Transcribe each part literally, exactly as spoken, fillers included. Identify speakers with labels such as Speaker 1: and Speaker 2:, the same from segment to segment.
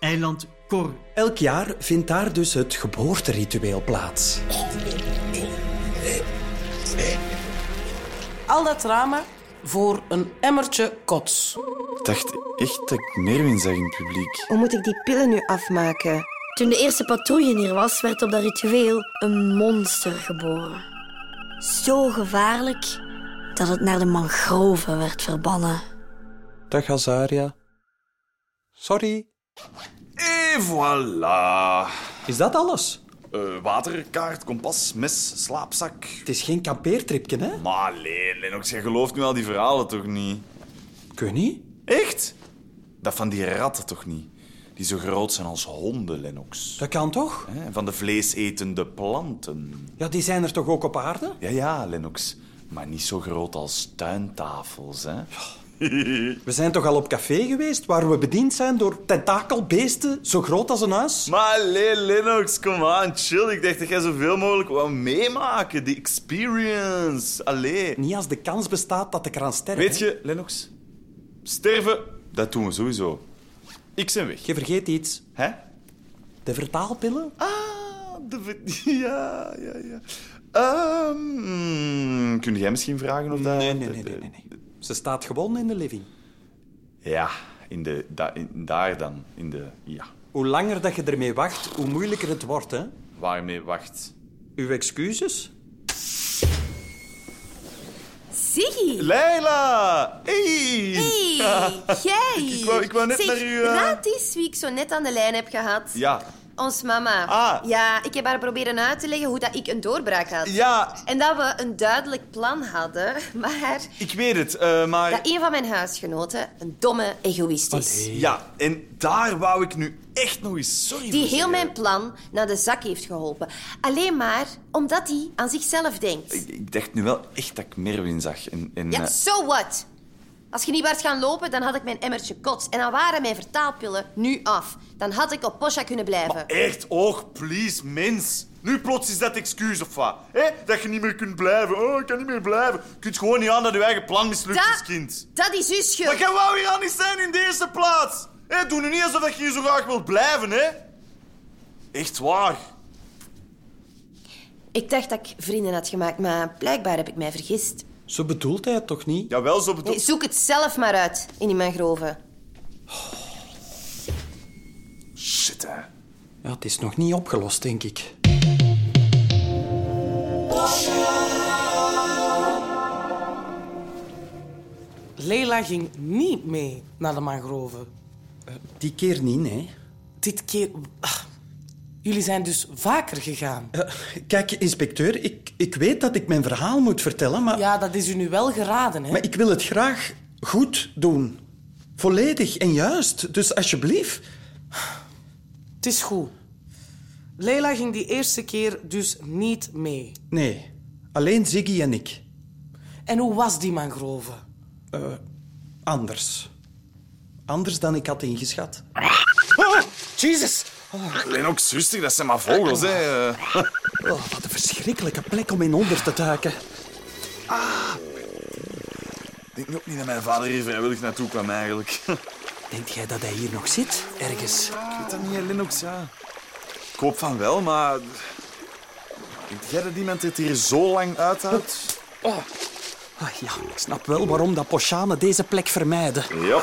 Speaker 1: eiland Kor.
Speaker 2: Elk jaar vindt daar dus het geboorteritueel plaats.
Speaker 3: Al dat drama voor een emmertje kots.
Speaker 4: Ik dacht echt dat ik Merwin zag in het publiek.
Speaker 5: Hoe moet ik die pillen nu afmaken?
Speaker 6: Toen de eerste patrouille hier was, werd op dat ritueel een monster geboren. Zo gevaarlijk dat het naar de mangroven werd verbannen.
Speaker 2: Dag, Azaria. Sorry.
Speaker 4: Et voilà.
Speaker 2: Is dat alles?
Speaker 4: Uh, water, kaart, kompas, mes, slaapzak.
Speaker 2: Het is geen kampeertripje, hè?
Speaker 4: Maar nee, Lennox, jij gelooft nu al die verhalen toch niet?
Speaker 2: Ik weet niet.
Speaker 4: Echt? Dat van die ratten toch niet? Die zo groot zijn als honden, Lennox.
Speaker 2: Dat kan toch?
Speaker 4: Hè? Van de vleesetende planten.
Speaker 2: Ja, die zijn er toch ook op aarde?
Speaker 4: Ja, ja, Lennox. Maar niet zo groot als tuintafels, hè?
Speaker 2: We zijn toch al op café geweest waar we bediend zijn door tentakelbeesten zo groot als een huis?
Speaker 4: Maar allee, Lennox, kom aan, chill. Ik dacht dat jij zoveel mogelijk wou meemaken. Die experience. Allee.
Speaker 2: Niet als de kans bestaat dat ik eraan sterf.
Speaker 4: Weet
Speaker 2: hè?
Speaker 4: je, Lennox? Sterven, dat doen we sowieso. Ik ben weg.
Speaker 2: Je vergeet iets.
Speaker 4: Hè?
Speaker 2: De vertaalpillen?
Speaker 4: Ah, de... ver- Ja, ja, ja. Um, kun jij misschien vragen of dat...
Speaker 2: Nee, nee, nee, nee, nee, nee. Ze staat gewoon in de living.
Speaker 4: Ja, in de, da, in, daar dan. In de... Ja.
Speaker 2: Hoe langer dat je ermee wacht, hoe moeilijker het wordt, hè?
Speaker 4: Waarmee wacht?
Speaker 2: Uw excuses?
Speaker 5: Ziggy!
Speaker 4: Leila! Hey!
Speaker 5: Hey, jij!
Speaker 4: Ik wou, ik wou net
Speaker 5: zeg,
Speaker 4: naar u... uh,
Speaker 5: raad eens wie ik zo net aan de lijn heb gehad.
Speaker 4: Ja.
Speaker 5: Ons mama.
Speaker 4: Ah.
Speaker 5: Ja, ik heb haar proberen uit te leggen hoe dat ik een doorbraak had.
Speaker 4: Ja,
Speaker 5: En dat we een duidelijk plan hadden, maar
Speaker 4: ik weet het, uh, maar...
Speaker 5: dat een van mijn huisgenoten een domme egoïst is.
Speaker 4: Ja, en daar wou ik nu echt nog eens sorry
Speaker 5: Die
Speaker 4: voor
Speaker 5: heel
Speaker 4: zeggen.
Speaker 5: mijn plan naar de zak heeft geholpen. Alleen maar omdat hij aan zichzelf denkt.
Speaker 4: Ik, ik dacht nu wel echt dat ik Merwin zag. En, en,
Speaker 5: Ja,
Speaker 4: eh,
Speaker 5: so what? Als je niet waart gaan lopen, dan had ik mijn emmertje kots. En dan waren mijn vertaalpillen nu af. Dan had ik op Posja kunnen blijven.
Speaker 4: Echt, oog, please, mens. Nu plots is dat excuus of wat? Hè? Dat je niet meer kunt blijven. Oh, ik kan niet meer blijven. Je kunt gewoon niet aan dat je eigen plan mislukt is,
Speaker 5: Dat,
Speaker 4: kind.
Speaker 5: dat is uw schuld.
Speaker 4: Maar jij wou hier al niet zijn in de eerste plaats. Hè? Doe nu niet alsof je hier zo graag wilt blijven, hè? Echt waar.
Speaker 5: Ik dacht dat ik vrienden had gemaakt, maar blijkbaar heb ik mij vergist.
Speaker 2: Zo bedoelt hij het toch niet?
Speaker 4: Jawel, zo bedoel...
Speaker 5: Nee, zoek het zelf maar uit in die mangroven.
Speaker 4: Shit, hè.
Speaker 2: Ja, het is nog niet opgelost, denk ik.
Speaker 3: Leila ging niet mee naar de mangroven.
Speaker 2: Die keer niet, nee.
Speaker 3: Dit keer... Ah, jullie zijn dus vaker gegaan.
Speaker 2: Uh, kijk, inspecteur, ik, ik weet dat ik mijn verhaal moet vertellen, maar...
Speaker 3: Ja, dat is u nu wel geraden, hè?
Speaker 2: Maar ik wil het graag goed doen. Volledig en juist. Dus alsjeblieft.
Speaker 3: Het is goed. Leila ging die eerste keer dus niet mee.
Speaker 2: Nee, alleen Ziggy en ik.
Speaker 3: En hoe was die mangrove?
Speaker 2: Uh, anders. Anders dan ik had ingeschat.
Speaker 3: Oh, Jesus!
Speaker 4: Lennox, rustig, dat zijn maar vogels, hè.
Speaker 2: Oh, wat een verschrikkelijke plek om in onder te duiken.
Speaker 4: Ik denk ook niet dat mijn vader hier vrijwillig naartoe kwam, eigenlijk.
Speaker 2: Denkt jij dat hij hier nog zit? Ergens?
Speaker 4: Ik weet dat niet, hè, Lennox, ja. Ik hoop van wel, maar... Denk jij dat iemand het hier zo lang uithoudt?
Speaker 2: Oh. Ah, ja, ik snap wel waarom dat Posjanen deze plek vermijden.
Speaker 4: Ja.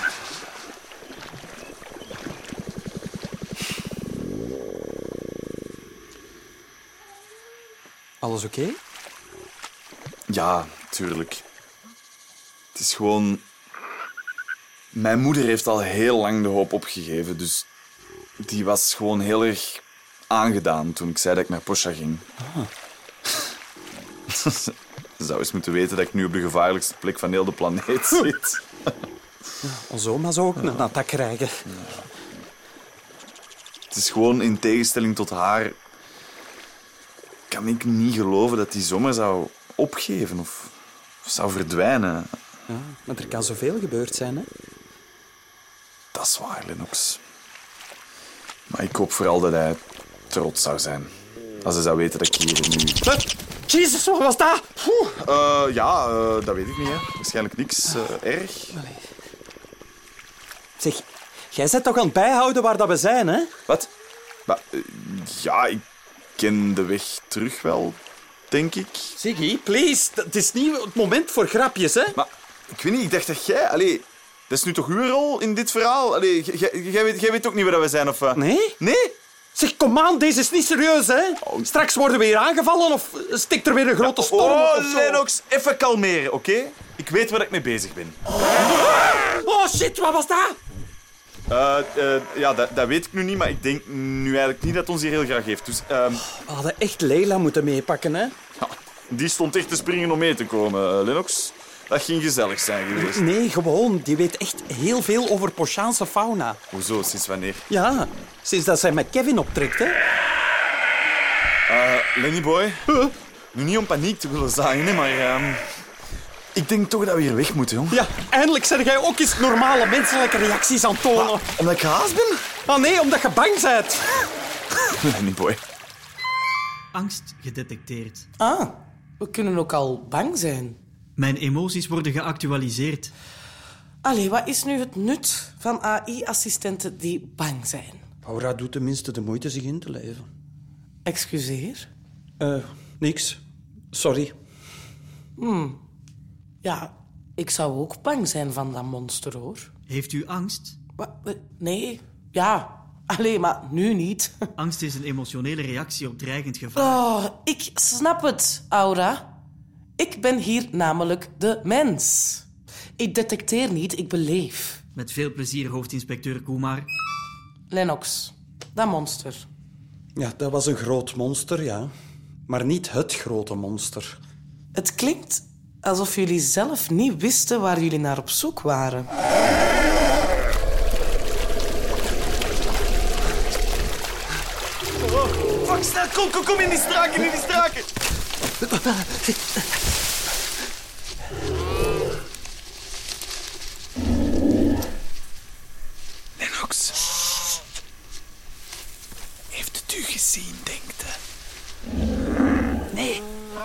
Speaker 2: Alles oké? Okay?
Speaker 4: Ja, tuurlijk. Het is gewoon... Mijn moeder heeft al heel lang de hoop opgegeven, dus... Die was gewoon heel erg aangedaan toen ik zei dat ik naar Posja ging.
Speaker 2: Ah.
Speaker 4: Ze zou eens moeten weten dat ik nu op de gevaarlijkste plek van heel de planeet zit.
Speaker 2: Onze oma zou ook een attack krijgen.
Speaker 4: Ja. Het is gewoon in tegenstelling tot haar... Kan ik niet geloven dat die zomaar zou opgeven of, of zou verdwijnen.
Speaker 2: Ja, maar er kan zoveel gebeurd zijn, hè?
Speaker 4: Dat is waar, Lennox. Maar ik hoop vooral dat hij trots zou zijn. Als hij zou weten dat ik hier nu...
Speaker 2: Jezus, wat was dat?
Speaker 4: Uh, ja, uh, dat weet ik niet, hè. Waarschijnlijk niks uh, erg.
Speaker 2: Allee. Zeg, Jij bent toch aan het bijhouden waar dat we zijn, hè?
Speaker 4: Wat? Maar, uh, ja, ik ken de weg terug wel, denk ik.
Speaker 2: Ziggy, please. Het is niet het moment voor grapjes, hè?
Speaker 4: Maar ik weet niet, ik dacht dat jij... Allee, dat is nu toch uw rol in dit verhaal? Allee, jij weet, jij weet ook niet waar we zijn, of wat?
Speaker 2: Nee?
Speaker 4: Nee?
Speaker 2: Zeg, kom aan, deze is niet serieus, hè?
Speaker 4: Oh.
Speaker 2: Straks worden we hier aangevallen of stikt er weer een grote storm
Speaker 4: Oh,
Speaker 2: of zo.
Speaker 4: Lennox, even kalmeren, oké? Okay? Ik weet waar ik mee bezig ben.
Speaker 2: Oh, shit, wat was dat?
Speaker 4: Uh, uh, ja, dat, dat weet ik nu niet, maar ik denk nu eigenlijk niet dat het ons hier heel graag heeft. Dus, uh...
Speaker 2: We hadden echt Leila moeten meepakken, hè?
Speaker 4: ja, die stond echt te springen om mee te komen, uh, Lennox. Dat ging gezellig zijn geweest.
Speaker 2: Nee, gewoon. Die weet echt heel veel over Poschaanse fauna.
Speaker 4: Hoezo? Sinds wanneer?
Speaker 2: Ja, sinds dat zij met Kevin optrekt, hè?
Speaker 4: Uh, Lenny boy,
Speaker 2: Huh?
Speaker 4: nu niet om paniek te willen zaaien, hè, maar... Uh, ik denk toch dat we hier weg moeten, jong.
Speaker 2: Ja, eindelijk zijn jij ook eens normale menselijke reacties aan het tonen.
Speaker 4: Ah, omdat ik haast ben?
Speaker 2: Ah nee, omdat je bang bent.
Speaker 4: Lenny boy.
Speaker 1: Angst gedetecteerd.
Speaker 3: Ah, we kunnen ook al bang zijn.
Speaker 1: Mijn emoties worden geactualiseerd.
Speaker 3: Allee, wat is nu het nut van A I-assistenten die bang zijn?
Speaker 2: Aura doet tenminste de moeite zich in te leven.
Speaker 3: Excuseer?
Speaker 2: Eh, uh, niks. Sorry.
Speaker 3: Hmm. Ja, ik zou ook bang zijn van dat monster, hoor.
Speaker 1: Heeft u angst?
Speaker 3: Wat? Nee, ja. Allee, maar nu niet.
Speaker 1: Angst is een emotionele reactie op dreigend gevaar.
Speaker 3: Oh, ik snap het, Aura. Ik ben hier namelijk de mens. Ik detecteer niet, ik beleef.
Speaker 1: Met veel plezier, hoofdinspecteur Kumar.
Speaker 3: Lennox, dat monster.
Speaker 2: Ja, dat was een groot monster, ja. Maar niet het grote monster.
Speaker 3: Het klinkt alsof jullie zelf niet wisten waar jullie naar op zoek waren.
Speaker 4: Oh, fuck, snel, kom, kom, kom in die straken, in die straken. Lennox. Heeft het u gezien, denkt u?
Speaker 2: Nee.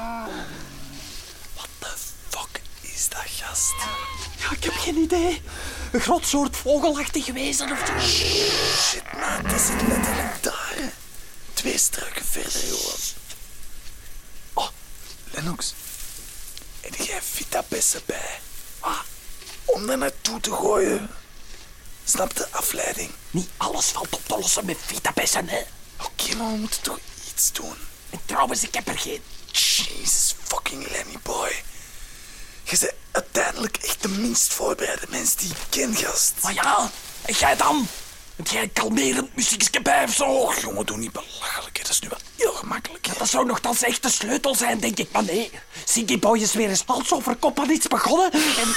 Speaker 4: What the fuck is dat, gast?
Speaker 2: Ja, ik heb geen idee. Een groot soort vogelachtig wezen of zo.
Speaker 4: Shit, man, dat zit letterlijk daar. Twee struiken verder, gewoon. Oh, Lennox. Heb jij vitabessen bij? Ah, om daar naartoe te gooien. Snap de afleiding?
Speaker 2: Niet alles valt op te lossen met vitabessen, hè.
Speaker 4: Oké, okay, maar we moeten toch iets doen.
Speaker 2: En trouwens, ik heb er geen.
Speaker 4: Jesus fucking Lenny boy. Je bent uiteindelijk echt de minst voorbereide mens die ik ken, gast.
Speaker 2: Maar ja, en jij dan? Heb jij een kalmerend muziekje bij of zo?
Speaker 4: Och, jongen, doe niet belachelijk. Hè. Dat is nu wel heel gemakkelijk.
Speaker 2: Ja, dat zou nogthans echt de sleutel zijn, denk ik. Maar nee, Ziggy Boy is weer eens hals over kop aan iets begonnen. En...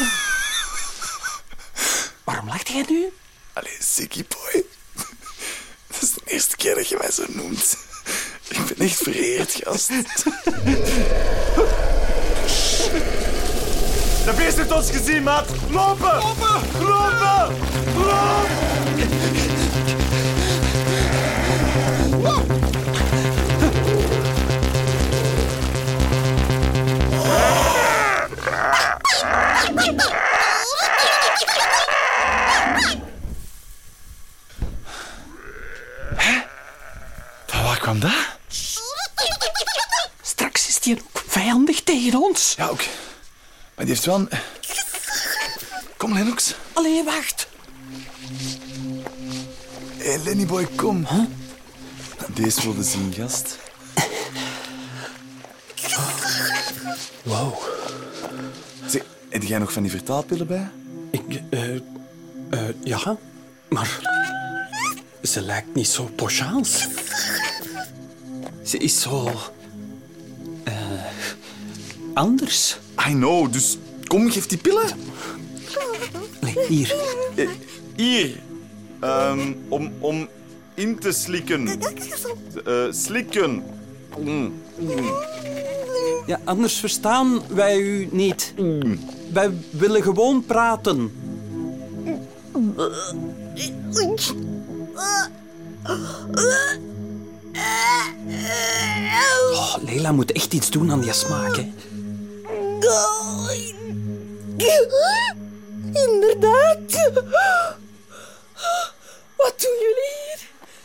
Speaker 2: Waarom lacht jij nu?
Speaker 4: Allee, Ziggy Boy. Dat is de eerste keer dat je mij zo noemt. Ik ben echt vereerd, gast. De beest heeft ons gezien, maat. Lopen! Lopen! Lopen! Lopen! Hè? Van waar kwam dat?
Speaker 2: Straks is die ook vijandig tegen ons.
Speaker 4: Ja, ook. Maar die heeft wel een... Kom, Lennox.
Speaker 2: Allee, wacht.
Speaker 4: Hé, hey, Lennyboy, kom. Huh? Deze wilde zien, gast. Wow. Zeg, heb jij nog van die vertaalpillen bij?
Speaker 2: Ik, eh... Uh, uh, ja, maar... Ze lijkt niet zo Poschaans. Ze is zo... Uh, anders.
Speaker 4: I know, dus kom, geef die pillen.
Speaker 2: Nee, hier.
Speaker 4: Eh, hier. Um, om, om in te slikken. Uh, slikken. Mm. Mm.
Speaker 2: Ja, anders verstaan wij u niet. Mm. Wij willen gewoon praten. Oh, Leila moet echt iets doen aan die smaak, hè.
Speaker 6: Inderdaad.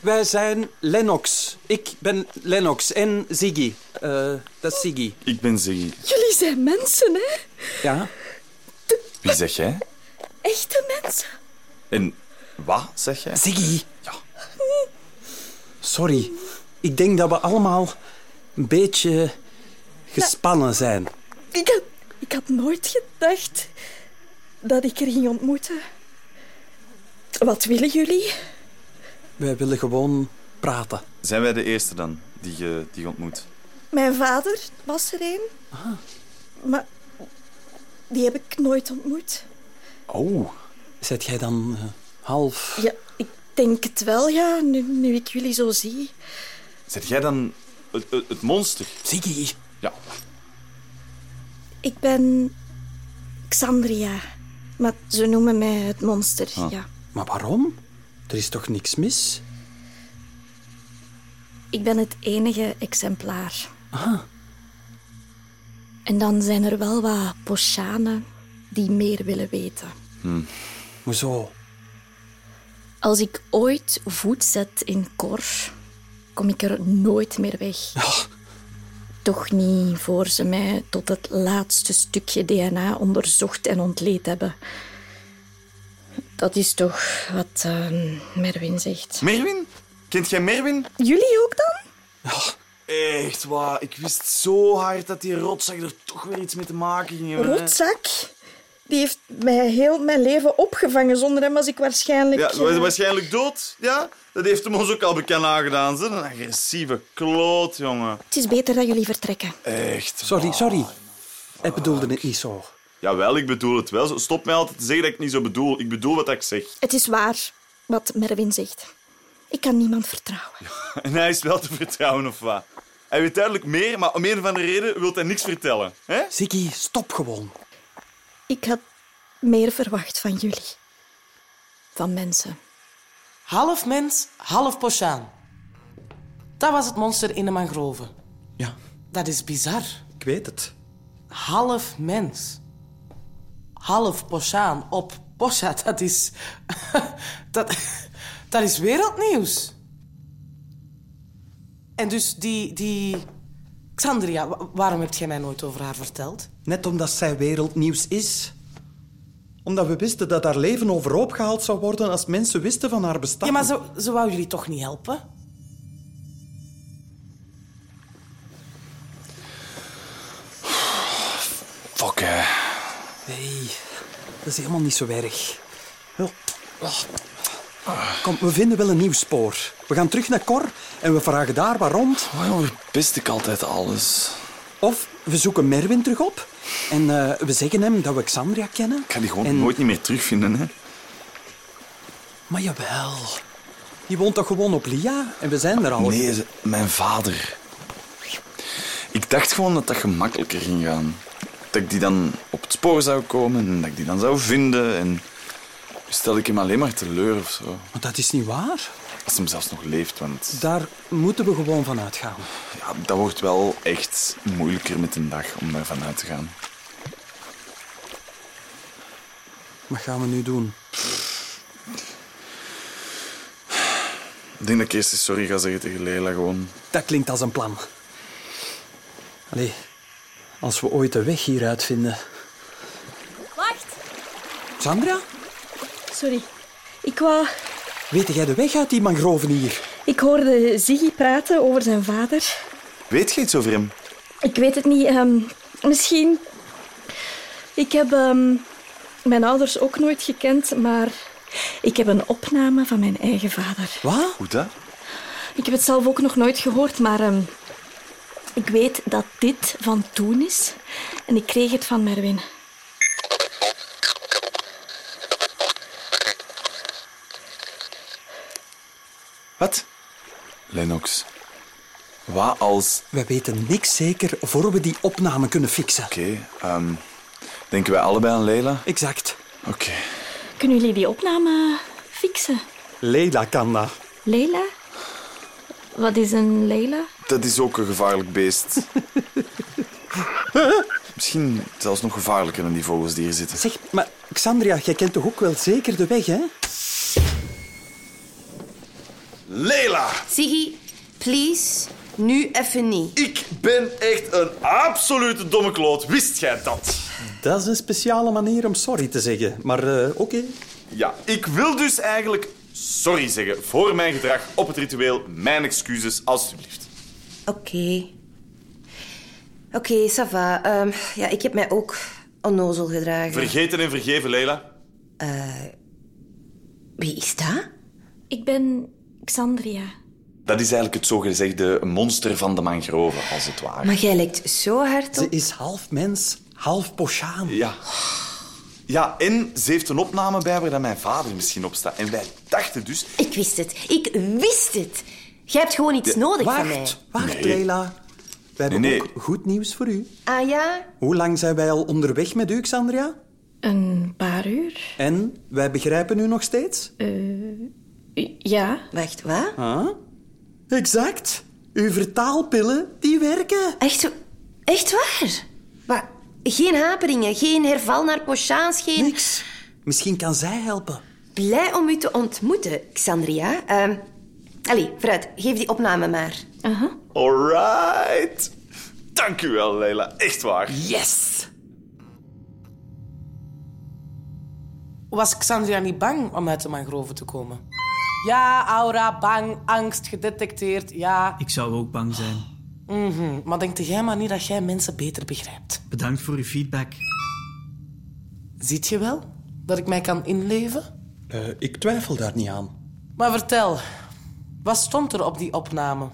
Speaker 2: Wij zijn Lennox. Ik ben Lennox en Ziggy. Uh, dat is Ziggy.
Speaker 4: Ik ben Ziggy.
Speaker 7: Jullie zijn mensen, hè?
Speaker 2: Ja?
Speaker 4: Wie zeg jij?
Speaker 7: Echte mensen.
Speaker 4: En wat zeg jij?
Speaker 2: Ziggy. Ja. Sorry. Ik denk dat we allemaal een beetje gespannen zijn.
Speaker 7: Ik had, ik had nooit gedacht dat ik er ging ontmoeten. Wat willen jullie?
Speaker 2: Wij willen gewoon praten.
Speaker 4: Zijn wij de eerste dan die je, die je ontmoet?
Speaker 7: Mijn vader was er een. Ah. Maar die heb ik nooit ontmoet.
Speaker 2: Oh. Zet jij dan uh, half...
Speaker 7: Ja, ik denk het wel, ja, nu, nu ik jullie zo zie.
Speaker 4: Zet jij dan het, het, het monster?
Speaker 2: Ziggy.
Speaker 4: Ja.
Speaker 7: Ik ben Xandria. Maar ze noemen mij het monster, ah. ja.
Speaker 2: Maar waarom? Er is toch niks mis?
Speaker 7: Ik ben het enige exemplaar.
Speaker 2: Ah.
Speaker 7: En dan zijn er wel wat Poshanen die meer willen weten.
Speaker 4: Hmm.
Speaker 2: Hoezo?
Speaker 7: Als ik ooit voet zet in Kor, kom ik er nooit meer weg.
Speaker 2: Oh.
Speaker 7: Toch niet voor ze mij tot het laatste stukje D N A onderzocht en ontleed hebben. Dat is toch wat uh, Merwin zegt.
Speaker 4: Merwin? Kent jij Merwin?
Speaker 7: Jullie ook dan?
Speaker 4: Ja, echt waar. Ik wist zo hard dat die rotzak er toch weer iets mee te maken ging hebben.
Speaker 7: Rotzak? Die heeft mij heel mijn leven opgevangen. Zonder hem was ik waarschijnlijk...
Speaker 4: Ja, was waarschijnlijk dood. Ja, dat heeft hem ons ook al bekend aangedaan. Ze. Een agressieve kloot, jongen.
Speaker 7: Het is beter dat jullie vertrekken.
Speaker 4: Echt.
Speaker 2: Sorry, waar. sorry. Ik bedoelde het niet zo.
Speaker 4: Jawel, ik bedoel het wel. Stop mij altijd te zeggen dat ik het niet zo bedoel. Ik bedoel wat ik zeg.
Speaker 7: Het is waar, wat Merwin zegt. Ik kan niemand vertrouwen.
Speaker 4: Ja, en hij is wel te vertrouwen, of wat? Hij weet duidelijk meer, maar om een of andere reden wil hij niks vertellen. Hè?
Speaker 2: Ziggy, stop gewoon.
Speaker 7: Ik had meer verwacht van jullie. Van mensen.
Speaker 3: Half mens, half Poshaan. Dat was het monster in de mangroven.
Speaker 2: Ja.
Speaker 3: Dat is bizar.
Speaker 2: Ik weet het.
Speaker 3: Half mens. Half Poshaan op Posha, dat is... dat, dat is wereldnieuws. En dus die... die... Xandria, waarom heb jij mij nooit over haar verteld?
Speaker 2: Net omdat zij wereldnieuws is. Omdat we wisten dat haar leven overhoop gehaald zou worden als mensen wisten van haar bestaan.
Speaker 3: Ja, maar ze, ze wou jullie toch niet helpen?
Speaker 4: Fuck, hè.
Speaker 2: Nee, dat is helemaal niet zo erg. Kom, we vinden wel een nieuw spoor. We gaan terug naar Kor en we vragen daar waar rond.
Speaker 4: Waarom verpest ik altijd alles?
Speaker 2: Of we zoeken Merwin terug op en uh, we zeggen hem dat we Xandria kennen.
Speaker 4: Ik ga die gewoon
Speaker 2: en...
Speaker 4: nooit niet meer terugvinden, hè?
Speaker 2: Maar jawel. Die woont toch gewoon op Lia en we zijn er al.
Speaker 4: Nee, ze... mijn vader. Ik dacht gewoon dat dat gemakkelijker ging gaan. Dat ik die dan op het spoor zou komen en dat ik die dan zou vinden. En stel ik hem alleen maar teleur of zo.
Speaker 2: Maar dat is niet waar.
Speaker 4: Als hem zelfs nog leeft, want...
Speaker 2: Daar moeten we gewoon van uitgaan.
Speaker 4: Ja, dat wordt wel echt moeilijker met een dag om daarvan uit te gaan.
Speaker 2: Wat gaan we nu doen?
Speaker 4: Ik denk dat ik eerst eens sorry ga zeggen tegen Leila, gewoon.
Speaker 2: Dat klinkt als een plan. Allee, als we ooit de weg hieruit vinden...
Speaker 7: Wacht.
Speaker 2: Sandra?
Speaker 7: Sorry, ik wou...
Speaker 2: Weet jij de weg uit die mangroven hier?
Speaker 7: Ik hoorde Ziggy praten over zijn vader.
Speaker 4: Weet je iets over hem?
Speaker 7: Ik weet het niet. Um, misschien... Ik heb um, mijn ouders ook nooit gekend, maar ik heb een opname van mijn eigen vader.
Speaker 2: Wat?
Speaker 4: Hoe dat?
Speaker 7: Ik heb het zelf ook nog nooit gehoord, maar um, ik weet dat dit van toen is. En ik kreeg het van Merwin.
Speaker 4: Wat? Lennox. Wat als...
Speaker 2: We weten niks zeker voor we die opname kunnen fixen.
Speaker 4: Oké, okay, um, denken wij allebei aan Leila?
Speaker 2: Exact.
Speaker 4: Oké. Okay.
Speaker 7: Kunnen jullie die opname fixen?
Speaker 2: Leila kan dat.
Speaker 7: Leila? Wat is een Leila?
Speaker 4: Dat is ook een gevaarlijk beest. Misschien zelfs nog gevaarlijker dan die vogels die hier zitten.
Speaker 2: Zeg, maar Xandria, jij kent toch ook wel zeker de weg, hè?
Speaker 4: Leila!
Speaker 5: Siggy, please, nu even niet.
Speaker 4: Ik ben echt een absolute domme kloot. Wist jij dat?
Speaker 2: Dat is een speciale manier om sorry te zeggen. Maar uh, oké. Okay.
Speaker 4: Ja, ik wil dus eigenlijk sorry zeggen voor mijn gedrag op het ritueel. Mijn excuses, alstublieft.
Speaker 5: Oké. Okay. Oké, okay, ça va. Um, ja, ik heb mij ook onnozel gedragen.
Speaker 4: Vergeten en vergeven, Leila.
Speaker 5: Uh, wie is dat?
Speaker 7: Ik ben Xandria.
Speaker 4: Dat is eigenlijk het zogezegde monster van de mangroven, als het ware.
Speaker 5: Maar jij lijkt zo hard op...
Speaker 2: Ze is half mens, half Poshaan.
Speaker 4: Ja. Ja, en ze heeft een opname bij waar dat mijn vader misschien op staat. En wij dachten dus...
Speaker 5: Ik wist het. Ik wist het. Jij hebt gewoon iets ja, nodig
Speaker 2: wacht,
Speaker 5: van mij.
Speaker 2: Wacht,
Speaker 4: nee.
Speaker 2: Leila. We hebben
Speaker 4: nee, nee.
Speaker 2: ook goed nieuws voor u.
Speaker 5: Ah ja?
Speaker 2: Hoe lang zijn wij al onderweg met u, Xandria?
Speaker 7: Een paar uur.
Speaker 2: En wij begrijpen u nog steeds?
Speaker 7: Uh, ja.
Speaker 5: Wacht, wat?
Speaker 2: Ah? Exact. Uw vertaalpillen, die werken.
Speaker 5: Echt, echt waar? Maar geen haperingen, geen herval naar Poshaans, geen...
Speaker 2: Niks. Misschien kan zij helpen.
Speaker 5: Blij om u te ontmoeten, Xandria. Uh, allee, vooruit, geef die opname maar.
Speaker 7: Uh-huh.
Speaker 4: Alright. Dank u wel, Leila. Echt waar.
Speaker 2: Yes!
Speaker 3: Was Xandria niet bang om uit de mangroven te komen? Ja, Aura, bang, angst, gedetecteerd, ja.
Speaker 1: Ik zou ook bang zijn.
Speaker 3: Mm-hmm. Maar denk jij maar niet dat jij mensen beter begrijpt?
Speaker 1: Bedankt voor uw feedback.
Speaker 3: Ziet je wel dat ik mij kan inleven?
Speaker 2: Uh, ik twijfel daar niet aan.
Speaker 3: Maar vertel, wat stond er op die opname?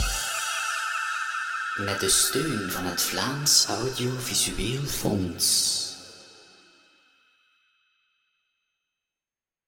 Speaker 8: Met de steun van het Vlaams Audiovisueel Fonds.